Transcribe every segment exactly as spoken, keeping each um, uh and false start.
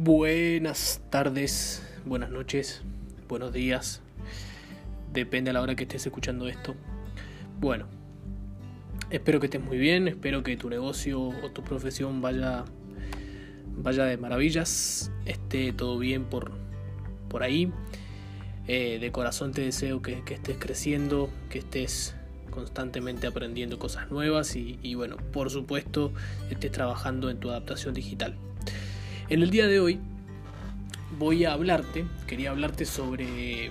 Buenas tardes, buenas noches, buenos días. Depende a la hora que estés escuchando esto. Bueno, espero que estés muy bien, espero que tu negocio o tu profesión vaya, vaya de maravillas, esté todo bien por, por ahí. Eh, de corazón te deseo que, que estés creciendo, que estés constantemente aprendiendo cosas nuevas y, y bueno, por supuesto, estés trabajando en tu adaptación digital. En el día de hoy voy a hablarte, quería hablarte sobre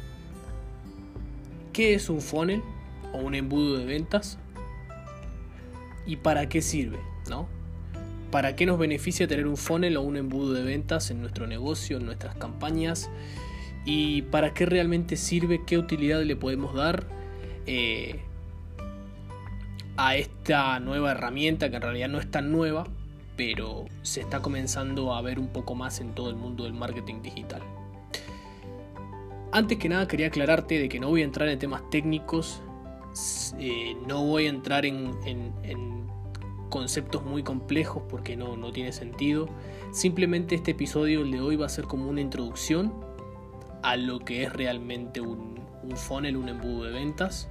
qué es un funnel o un embudo de ventas y para qué sirve, ¿no? ¿Para qué nos beneficia tener un funnel o un embudo de ventas en nuestro negocio, en nuestras campañas? ¿Y para qué realmente sirve? ¿Qué utilidad le podemos dar eh, a esta nueva herramienta que en realidad no es tan nueva, pero se está comenzando a ver un poco más en todo el mundo del marketing digital? Antes que nada quería aclararte de que no voy a entrar en temas técnicos, eh, no voy a entrar en, en, en conceptos muy complejos porque no, no tiene sentido. Simplemente este episodio el de hoy va a ser como una introducción a lo que es realmente un, un funnel, un embudo de ventas.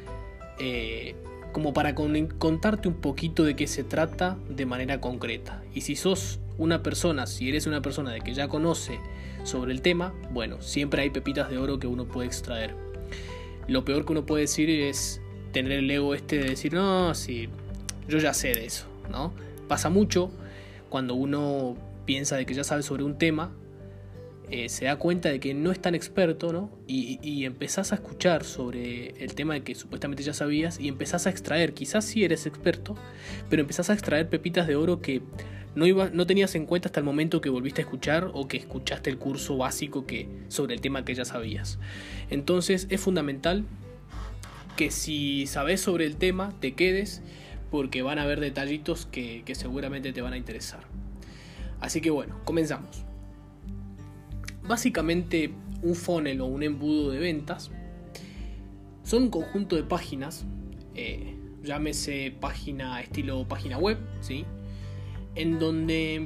Eh, como para con, contarte un poquito de qué se trata de manera concreta. Y si sos una persona, si eres una persona de que ya conoce sobre el tema, bueno, siempre hay pepitas de oro que uno puede extraer. Lo peor que uno puede decir es tener el ego este de decir, no, sí, yo ya sé de eso, ¿no? Pasa mucho cuando uno piensa de que ya sabe sobre un tema, Eh, se da cuenta de que no es tan experto, ¿no? Y, y empezás a escuchar sobre el tema de que supuestamente ya sabías y empezás a extraer, quizás sí eres experto, pero empezás a extraer pepitas de oro que no, iba, no tenías en cuenta hasta el momento que volviste a escuchar o que escuchaste el curso básico que, sobre el tema que ya sabías. Entonces es fundamental que si sabes sobre el tema te quedes, porque van a haber detallitos que, que seguramente te van a interesar. Así que bueno, comenzamos. Básicamente un funnel o un embudo de ventas son un conjunto de páginas, eh, llámese página estilo página web, ¿sí? En donde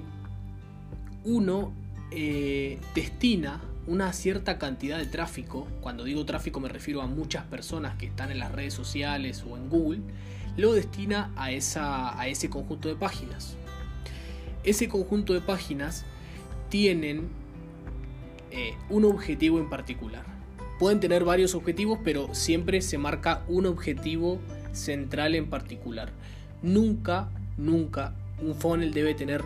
uno eh, destina una cierta cantidad de tráfico. Cuando digo tráfico me refiero a muchas personas que están en las redes sociales o en Google, lo destina a, esa, a ese conjunto de páginas. Ese conjunto de páginas tienen Eh, un objetivo en particular. Pueden tener varios objetivos, pero siempre se marca un objetivo central en particular. Nunca, nunca un funnel debe tener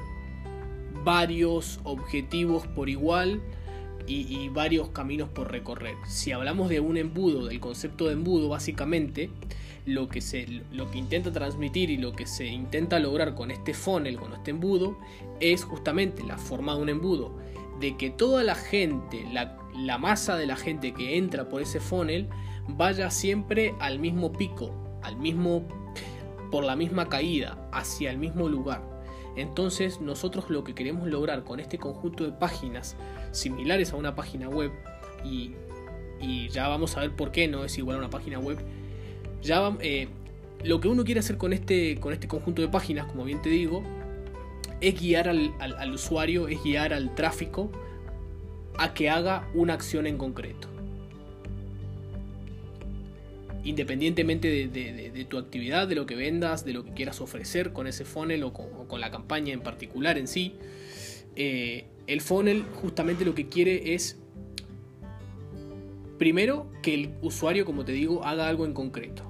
varios objetivos por igual y, y varios caminos por recorrer. Si hablamos de un embudo, del concepto de embudo, básicamente lo que, se, lo que intenta transmitir y lo que se intenta lograr con este funnel, con este embudo, es justamente la forma de un embudo, de que toda la gente, la, la masa de la gente que entra por ese funnel vaya siempre al mismo pico, al mismo, por la misma caída, hacia el mismo lugar. Entonces nosotros lo que queremos lograr con este conjunto de páginas similares a una página web, y, y ya vamos a ver por qué no es igual a una página web, ya eh, lo que uno quiere hacer con este, con este conjunto de páginas, como bien te digo, es guiar al, al, al usuario, es guiar al tráfico a que haga una acción en concreto. Independientemente de, de, de, de tu actividad, de lo que vendas, de lo que quieras ofrecer con ese funnel o con, o con la campaña en particular en sí, eh, el funnel justamente lo que quiere es, primero, que el usuario, como te digo, haga algo en concreto.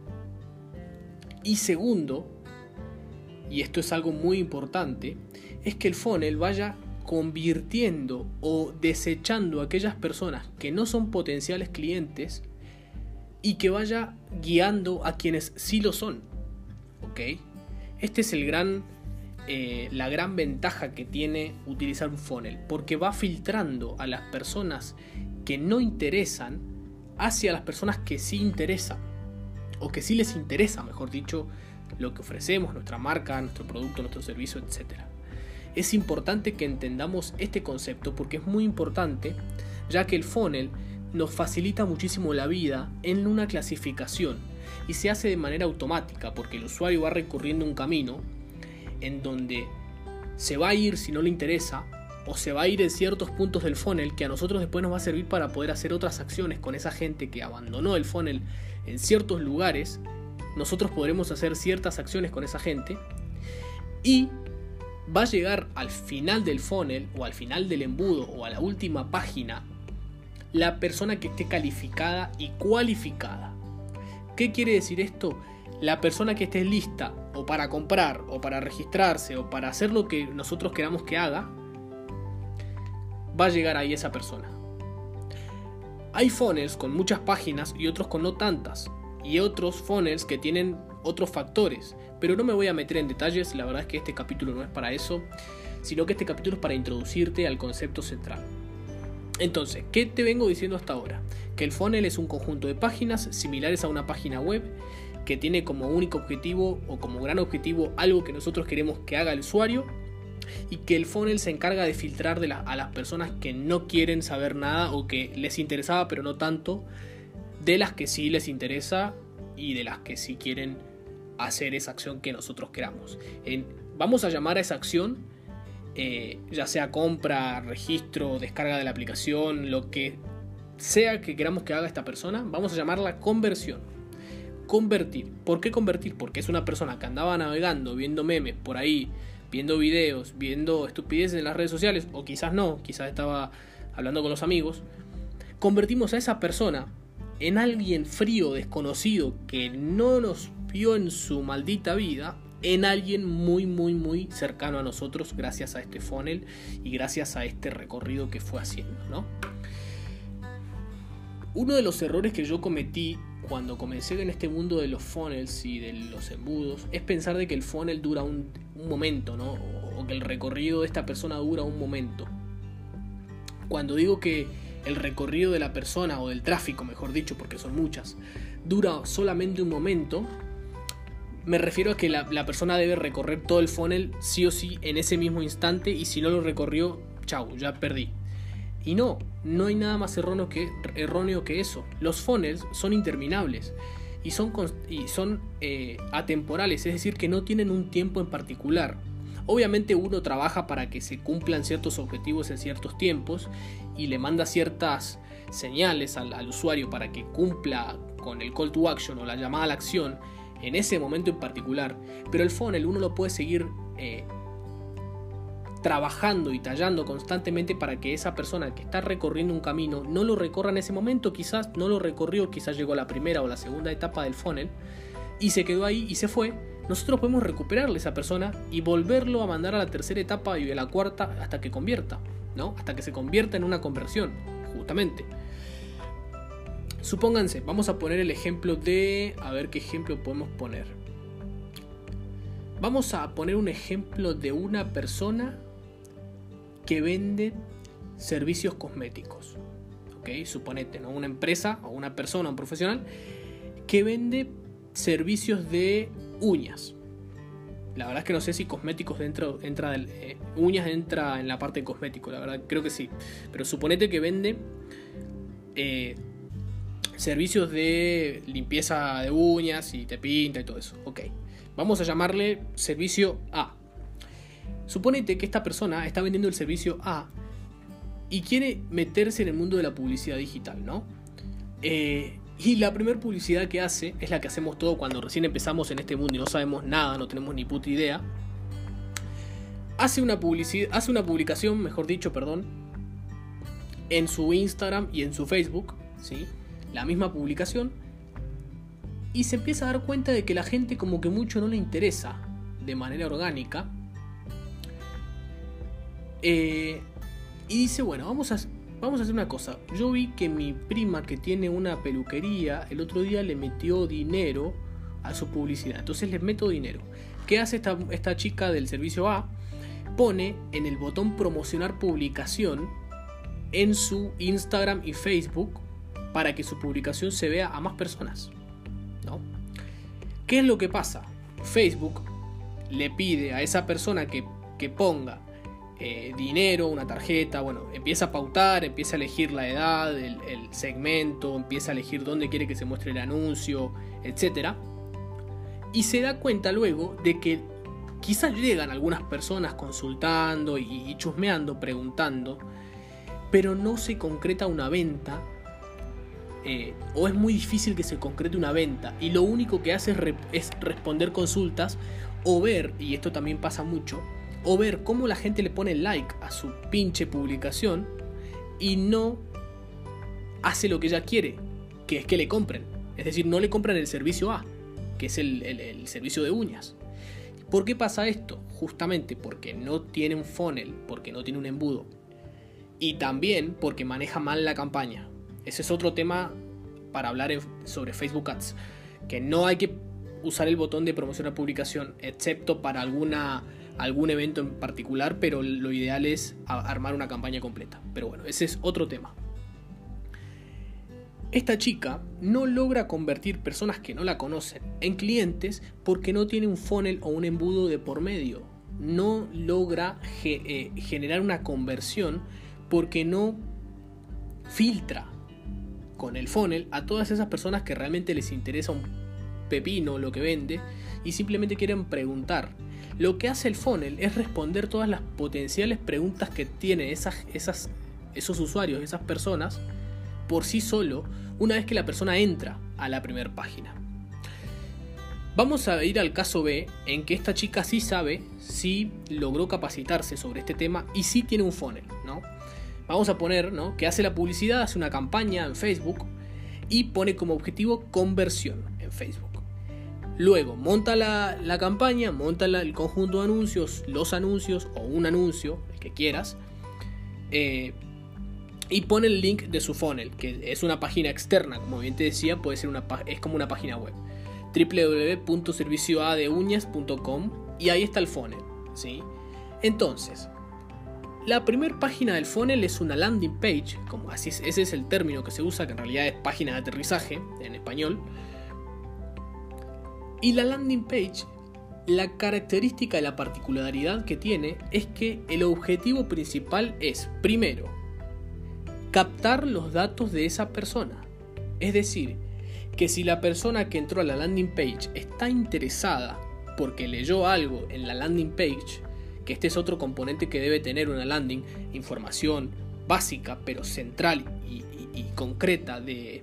Y segundo, y esto es algo muy importante, es que el funnel vaya convirtiendo o desechando a aquellas personas que no son potenciales clientes y que vaya guiando a quienes sí lo son. ¿Ok? Este es el gran, eh, la gran ventaja que tiene utilizar un funnel, porque va filtrando a las personas que no interesan hacia las personas que sí interesan, o que sí les interesa, mejor dicho, lo que ofrecemos, nuestra marca, nuestro producto, nuestro servicio, etcétera. Es importante que entendamos este concepto porque es muy importante, ya que el funnel nos facilita muchísimo la vida en una clasificación y se hace de manera automática porque el usuario va recorriendo un camino en donde se va a ir si no le interesa o se va a ir en ciertos puntos del funnel que a nosotros después nos va a servir para poder hacer otras acciones con esa gente que abandonó el funnel en ciertos lugares. Nosotros podremos hacer ciertas acciones con esa gente y va a llegar al final del funnel o al final del embudo o a la última página la persona que esté calificada y cualificada. ¿Qué quiere decir esto? La persona que esté lista o para comprar o para registrarse o para hacer lo que nosotros queramos que haga, va a llegar ahí esa persona. Hay funnels con muchas páginas y otros con no tantas, y otros funnels que tienen otros factores, pero no me voy a meter en detalles. La verdad es que este capítulo no es para eso, sino que este capítulo es para introducirte al concepto central. Entonces, ¿qué te vengo diciendo hasta ahora? Que el funnel es un conjunto de páginas similares a una página web que tiene como único objetivo o como gran objetivo algo que nosotros queremos que haga el usuario, y que el funnel se encarga de filtrar de la, a las personas que no quieren saber nada o que les interesaba pero no tanto, de las que sí les interesa y de las que sí quieren hacer esa acción que nosotros queramos. En, vamos a llamar a esa acción, eh, ya sea compra, registro, descarga de la aplicación, lo que sea que queramos que haga esta persona, vamos a llamarla conversión. Convertir. ¿Por qué convertir? Porque es una persona que andaba navegando, viendo memes por ahí, viendo videos, viendo estupideces en las redes sociales, o quizás no, quizás estaba hablando con los amigos. Convertimos a esa persona en alguien frío, desconocido, que no nos vio en su maldita vida, en alguien muy muy muy cercano a nosotros gracias a este funnel y gracias a este recorrido que fue haciendo, ¿no? Uno de los errores que yo cometí cuando comencé en este mundo de los funnels y de los embudos es pensar de que el funnel dura un, un momento, ¿no? O, o que el recorrido de esta persona dura un momento. Cuando digo que el recorrido de la persona, o del tráfico mejor dicho, porque son muchas, dura solamente un momento, me refiero a que la, la persona debe recorrer todo el funnel sí o sí en ese mismo instante, y si no lo recorrió, chau, ya perdí. Y no, no hay nada más erróneo que, erróneo que eso. Los funnels son interminables y son, y son eh, atemporales, es decir, que no tienen un tiempo en particular. Obviamente uno trabaja para que se cumplan ciertos objetivos en ciertos tiempos y le manda ciertas señales al, al usuario para que cumpla con el call to action o la llamada a la acción en ese momento en particular. Pero el funnel uno lo puede seguir eh, trabajando y tallando constantemente para que esa persona que está recorriendo un camino no lo recorra en ese momento. Quizás no lo recorrió, quizás llegó a la primera o la segunda etapa del funnel y se quedó ahí y se fue. Nosotros podemos recuperarle a esa persona y volverlo a mandar a la tercera etapa y a la cuarta hasta que convierta, ¿no? Hasta que se convierta en una conversión, justamente. Supónganse, vamos a poner el ejemplo de... A ver qué ejemplo podemos poner. Vamos a poner un ejemplo de una persona que vende servicios cosméticos. ¿Ok? Suponete, ¿no? Una empresa o una persona, un profesional que vende servicios de uñas. La verdad es que no sé si cosméticos dentro, entra del, eh, uñas entra en la parte de cosmético, la verdad creo que sí. Pero suponete que vende eh, servicios de limpieza de uñas y te pinta y todo eso. Ok, vamos a llamarle servicio A. Suponete que esta persona está vendiendo el servicio A y quiere meterse en el mundo de la publicidad digital, ¿no? Eh, y la primera publicidad que hace es la que hacemos todo cuando recién empezamos en este mundo y no sabemos nada, no tenemos ni puta idea. Hace una publicidad, hace una publicación, mejor dicho, perdón, en su Instagram y en su Facebook, ¿sí? La misma publicación, y se empieza a dar cuenta de que la gente como que mucho no le interesa de manera orgánica. Eh, y dice, bueno, vamos a, vamos a hacer una cosa. Yo vi que mi prima, que tiene una peluquería, el otro día le metió dinero a su publicidad. Entonces les meto dinero. ¿Qué hace esta, esta chica del servicio A? Pone en el botón promocionar publicación en su Instagram y Facebook para que su publicación se vea a más personas, ¿no? ¿Qué es lo que pasa? Facebook le pide a esa persona que, que ponga eh, dinero, una tarjeta, bueno, empieza a pautar, empieza a elegir la edad, el, el segmento, empieza a elegir dónde quiere que se muestre el anuncio, etcétera. Y se da cuenta luego de que quizás llegan algunas personas consultando y, y chusmeando, preguntando, pero no se concreta una venta, eh, o es muy difícil que se concrete una venta, y lo único que hace es, re- es responder consultas o ver, y esto también pasa mucho, o ver cómo la gente le pone like a su pinche publicación y no hace lo que ella quiere, que es que le compren. Es decir, no le compran el servicio A, que es el, el, el servicio de uñas. ¿Por qué pasa esto? Justamente porque no tiene un funnel, porque no tiene un embudo. Y también porque maneja mal la campaña. Ese es otro tema para hablar en, sobre Facebook Ads. Que no hay que usar el botón de promoción a publicación, excepto para alguna, algún evento en particular, pero lo ideal es armar una campaña completa. Pero bueno, ese es otro tema. Esta chica no logra convertir personas que no la conocen en clientes porque no tiene un funnel o un embudo de por medio. No logra ge- eh, generar una conversión porque no filtra con el funnel a todas esas personas que realmente les interesa un pepino lo que vende y simplemente quieren preguntar. Lo que hace el funnel es responder todas las potenciales preguntas que tienen esas, esas, esos usuarios, esas personas, por sí solo, una vez que la persona entra a la primera página. Vamos a ir al caso B, en que esta chica sí sabe, sí logró capacitarse sobre este tema y sí tiene un funnel, ¿no? Vamos a poner, ¿no?, que hace la publicidad, hace una campaña en Facebook y pone como objetivo conversión en Facebook. Luego monta la, la campaña, monta la, el conjunto de anuncios, los anuncios o un anuncio, el que quieras, eh, y pone el link de su funnel, que es una página externa, como bien te decía, puede ser una, es como una página web, doble u doble u doble u punto servicio a de uñas punto com, y ahí está el funnel, ¿sí? Entonces, la primera página del funnel es una landing page, como así es, ese es el término que se usa, que en realidad es página de aterrizaje en español. Y la landing page, la característica y la particularidad que tiene es que el objetivo principal es, primero, captar los datos de esa persona. Es decir, que si la persona que entró a la landing page está interesada porque leyó algo en la landing page, que este es otro componente que debe tener una landing, información básica pero central y, y, y concreta de,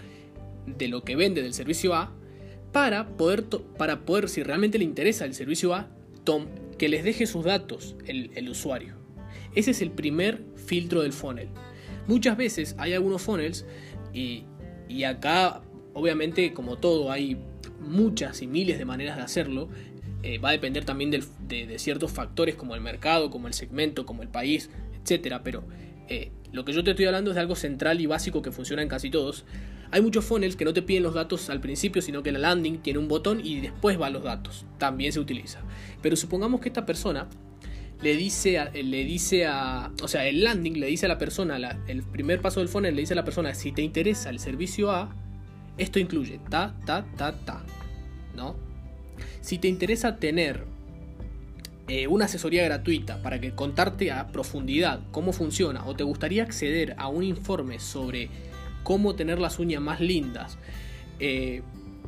de lo que vende del servicio A, para poder, para poder, si realmente le interesa el servicio A, tom, que les deje sus datos el, el usuario. Ese es el primer filtro del funnel. Muchas veces hay algunos funnels y, y acá obviamente, como todo, hay muchas y miles de maneras de hacerlo. Eh, va a depender también del, de, de ciertos factores como el mercado, como el segmento, como el país, etcétera. Pero eh, lo que yo te estoy hablando es de algo central y básico que funciona en casi todos. Hay muchos funnels que no te piden los datos al principio, sino que la landing tiene un botón y después van los datos. También se utiliza. Pero supongamos que esta persona le dice a, le dice a o sea, el landing le dice a la persona, la, el primer paso del funnel le dice a la persona: si te interesa el servicio A, esto incluye ta, ta, ta, ta, ¿no? Si te interesa tener eh, una asesoría gratuita para que contarte a profundidad cómo funciona, o te gustaría acceder a un informe sobre cómo tener las uñas más lindas, eh,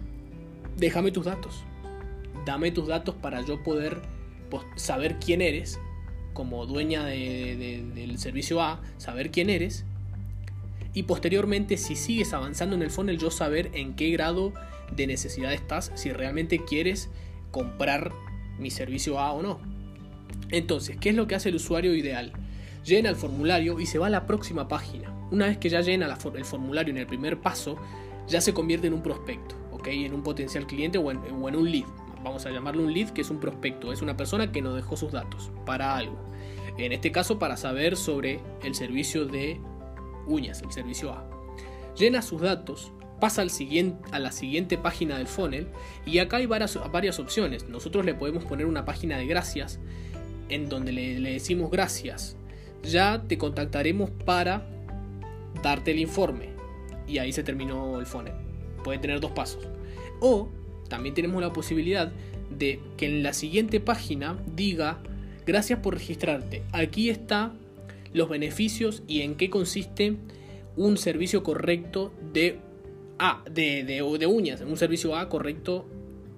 déjame tus datos, dame tus datos para yo poder saber quién eres como dueña de, de, del servicio A, saber quién eres, y posteriormente, si sigues avanzando en el funnel, yo saber en qué grado de necesidad estás, si realmente quieres comprar mi servicio A o no. Entonces, ¿qué es lo que hace el usuario ideal? Llena el formulario y se va a la próxima página. Una vez que ya llena la, el formulario en el primer paso, ya se convierte en un prospecto, ¿ok? En un potencial cliente o en, o en un lead. Vamos a llamarlo un lead, que es un prospecto, es una persona que nos dejó sus datos para algo. En este caso, para saber sobre el servicio de uñas, el servicio A. Llena sus datos, pasa al siguiente, a la siguiente página del funnel, y acá hay varias, varias opciones. Nosotros le podemos poner una página de gracias, en donde le, le decimos: gracias, ya te contactaremos para darte el informe. Y ahí se terminó el funnel. Puede tener dos pasos. O también tenemos la posibilidad de que en la siguiente página diga: gracias por registrarte, aquí está los beneficios y en qué consiste un servicio correcto de A, de, de, de uñas, un servicio A correcto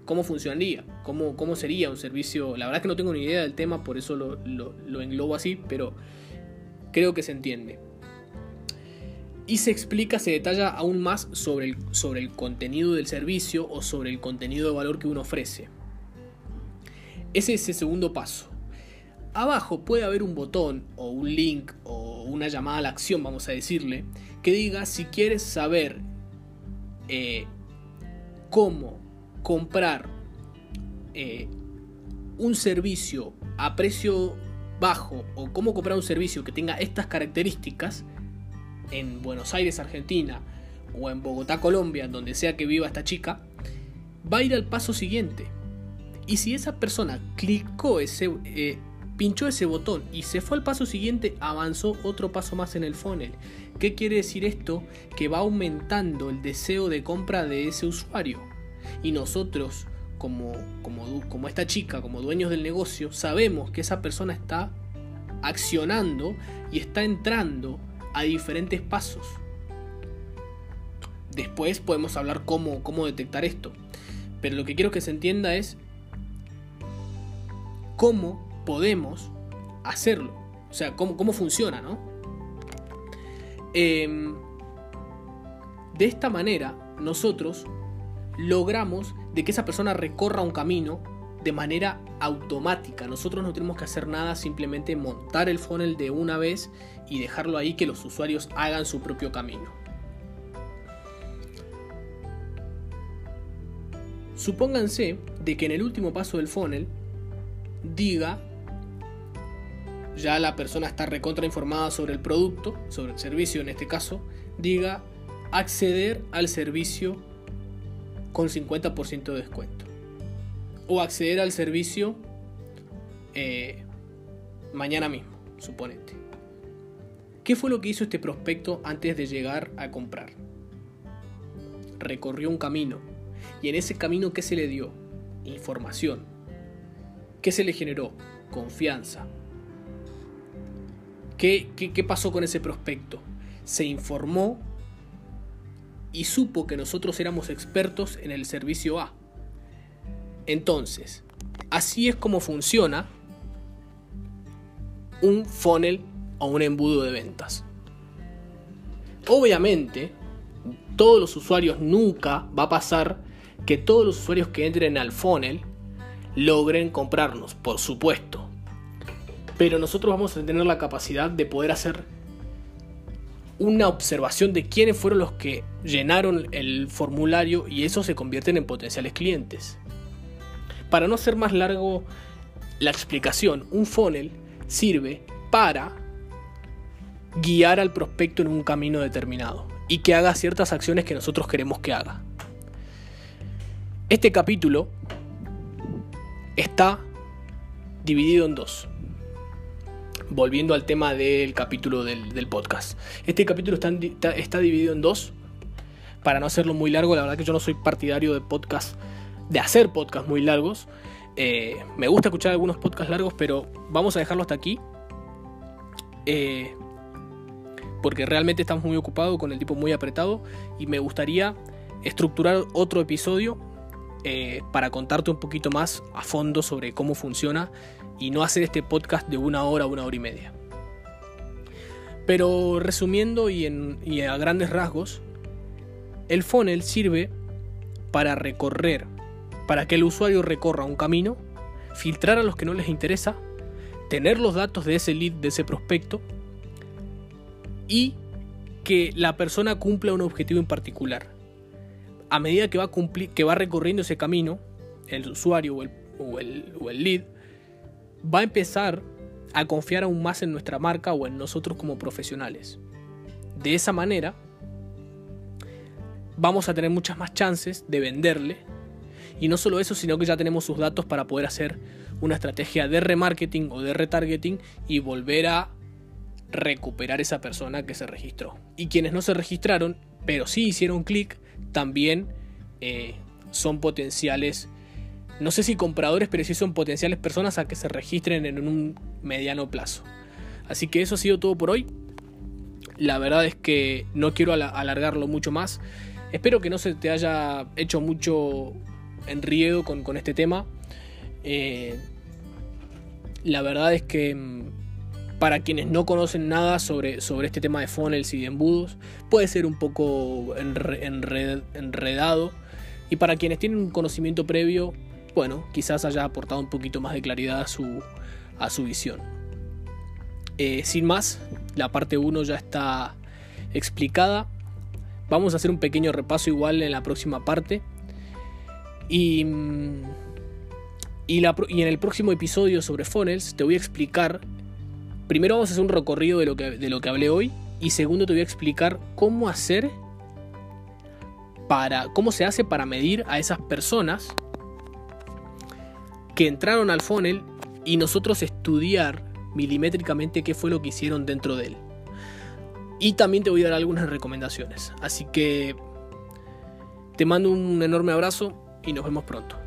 cómo funcionaría, cómo, cómo sería un servicio. La verdad es que no tengo ni idea del tema, por eso lo, lo, lo englobo así, pero creo que se entiende. Y se explica, se detalla aún más sobre el, sobre el contenido del servicio o sobre el contenido de valor que uno ofrece. Ese es el segundo paso. Abajo puede haber un botón o un link o una llamada a la acción, vamos a decirle, que diga si quieres saber eh, cómo comprar eh, un servicio a precio bajo o cómo comprar un servicio que tenga estas características en Buenos Aires, Argentina, o en Bogotá, Colombia, donde sea que viva esta chica, va a ir al paso siguiente. Y si esa persona clicó ese, eh, pinchó ese botón y se fue al paso siguiente, avanzó otro paso más en el funnel. ¿Qué quiere decir esto? Que va aumentando el deseo de compra de ese usuario. Y nosotros, como, como, como esta chica, como dueños del negocio, sabemos que esa persona está accionando y está entrando a diferentes pasos. Después podemos hablar cómo, cómo detectar esto, pero lo que quiero que se entienda es cómo podemos hacerlo, o sea, cómo, cómo funciona, ¿no? Eh, de esta manera nosotros logramos de que esa persona recorra un camino de manera automática. Nosotros no tenemos que hacer nada, simplemente montar el funnel de una vez y dejarlo ahí que los usuarios hagan su propio camino. Supónganse de que en el último paso del funnel diga, ya la persona está recontra informada sobre el producto, sobre el servicio en este caso, diga acceder al servicio con cincuenta por ciento de descuento. O acceder al servicio eh, mañana mismo, suponete. ¿Qué fue lo que hizo este prospecto antes de llegar a comprar? Recorrió un camino. Y en ese camino, ¿qué se le dio? Información. ¿Qué se le generó? Confianza. ¿Qué, qué, qué pasó con ese prospecto? Se informó y supo que nosotros éramos expertos en el servicio A. Entonces, así es como funciona un funnel o un embudo de ventas. Obviamente, todos los usuarios nunca va a pasar que todos los usuarios que entren al funnel logren comprarnos, por supuesto. Pero nosotros vamos a tener la capacidad de poder hacer una observación de quiénes fueron los que llenaron el formulario y esos se convierten en potenciales clientes. Para no hacer más largo la explicación, un funnel sirve para guiar al prospecto en un camino determinado y que haga ciertas acciones que nosotros queremos que haga. Este capítulo está dividido en dos. Volviendo al tema del capítulo del, del podcast. Este capítulo está, está, está dividido en dos. Para no hacerlo muy largo, la verdad que yo no soy partidario de podcast, de hacer podcasts muy largos. Eh, me gusta escuchar algunos podcasts largos, pero vamos a dejarlo hasta aquí. Eh, porque realmente estamos muy ocupados, con el tiempo muy apretado. Y me gustaría estructurar otro episodio eh, para contarte un poquito más a fondo sobre cómo funciona. Y no hacer este podcast de una hora a una hora y media. Pero resumiendo y, en, y a grandes rasgos, el funnel sirve para recorrer, para que el usuario recorra un camino, filtrar a los que no les interesa, tener los datos de ese lead, de ese prospecto, y que la persona cumpla un objetivo en particular. A medida que va, cumplir, que va recorriendo ese camino, el usuario o el, o el, o el lead va a empezar a confiar aún más en nuestra marca o en nosotros como profesionales. De esa manera vamos a tener muchas más chances de venderle, y no solo eso, sino que ya tenemos sus datos para poder hacer una estrategia de remarketing o de retargeting y volver a recuperar esa persona que se registró. Y quienes no se registraron pero sí hicieron clic, también eh, son potenciales, no sé si compradores, pero sí son potenciales personas a que se registren en un mediano plazo. Así que eso ha sido todo por hoy. La verdad es que no quiero alargarlo mucho más. Espero que no se te haya hecho mucho enriedo con, con este tema. Eh, la verdad es que para quienes no conocen nada sobre, sobre este tema de funnels y de embudos, puede ser un poco enre, enred, enredado. Y para quienes tienen un conocimiento previo, bueno, quizás haya aportado un poquito más de claridad a su, a su visión. Eh, sin más, la parte uno ya está explicada. Vamos a hacer un pequeño repaso igual en la próxima parte. Y, y, la, y en el próximo episodio sobre funnels te voy a explicar. Primero vamos a hacer un recorrido de lo que, de lo que hablé hoy. Y segundo te voy a explicar cómo hacer para, cómo se hace para medir a esas personas que entraron al funnel y nosotros estudiar milimétricamente qué fue lo que hicieron dentro de él. Y también te voy a dar algunas recomendaciones. Así que te mando un enorme abrazo y nos vemos pronto.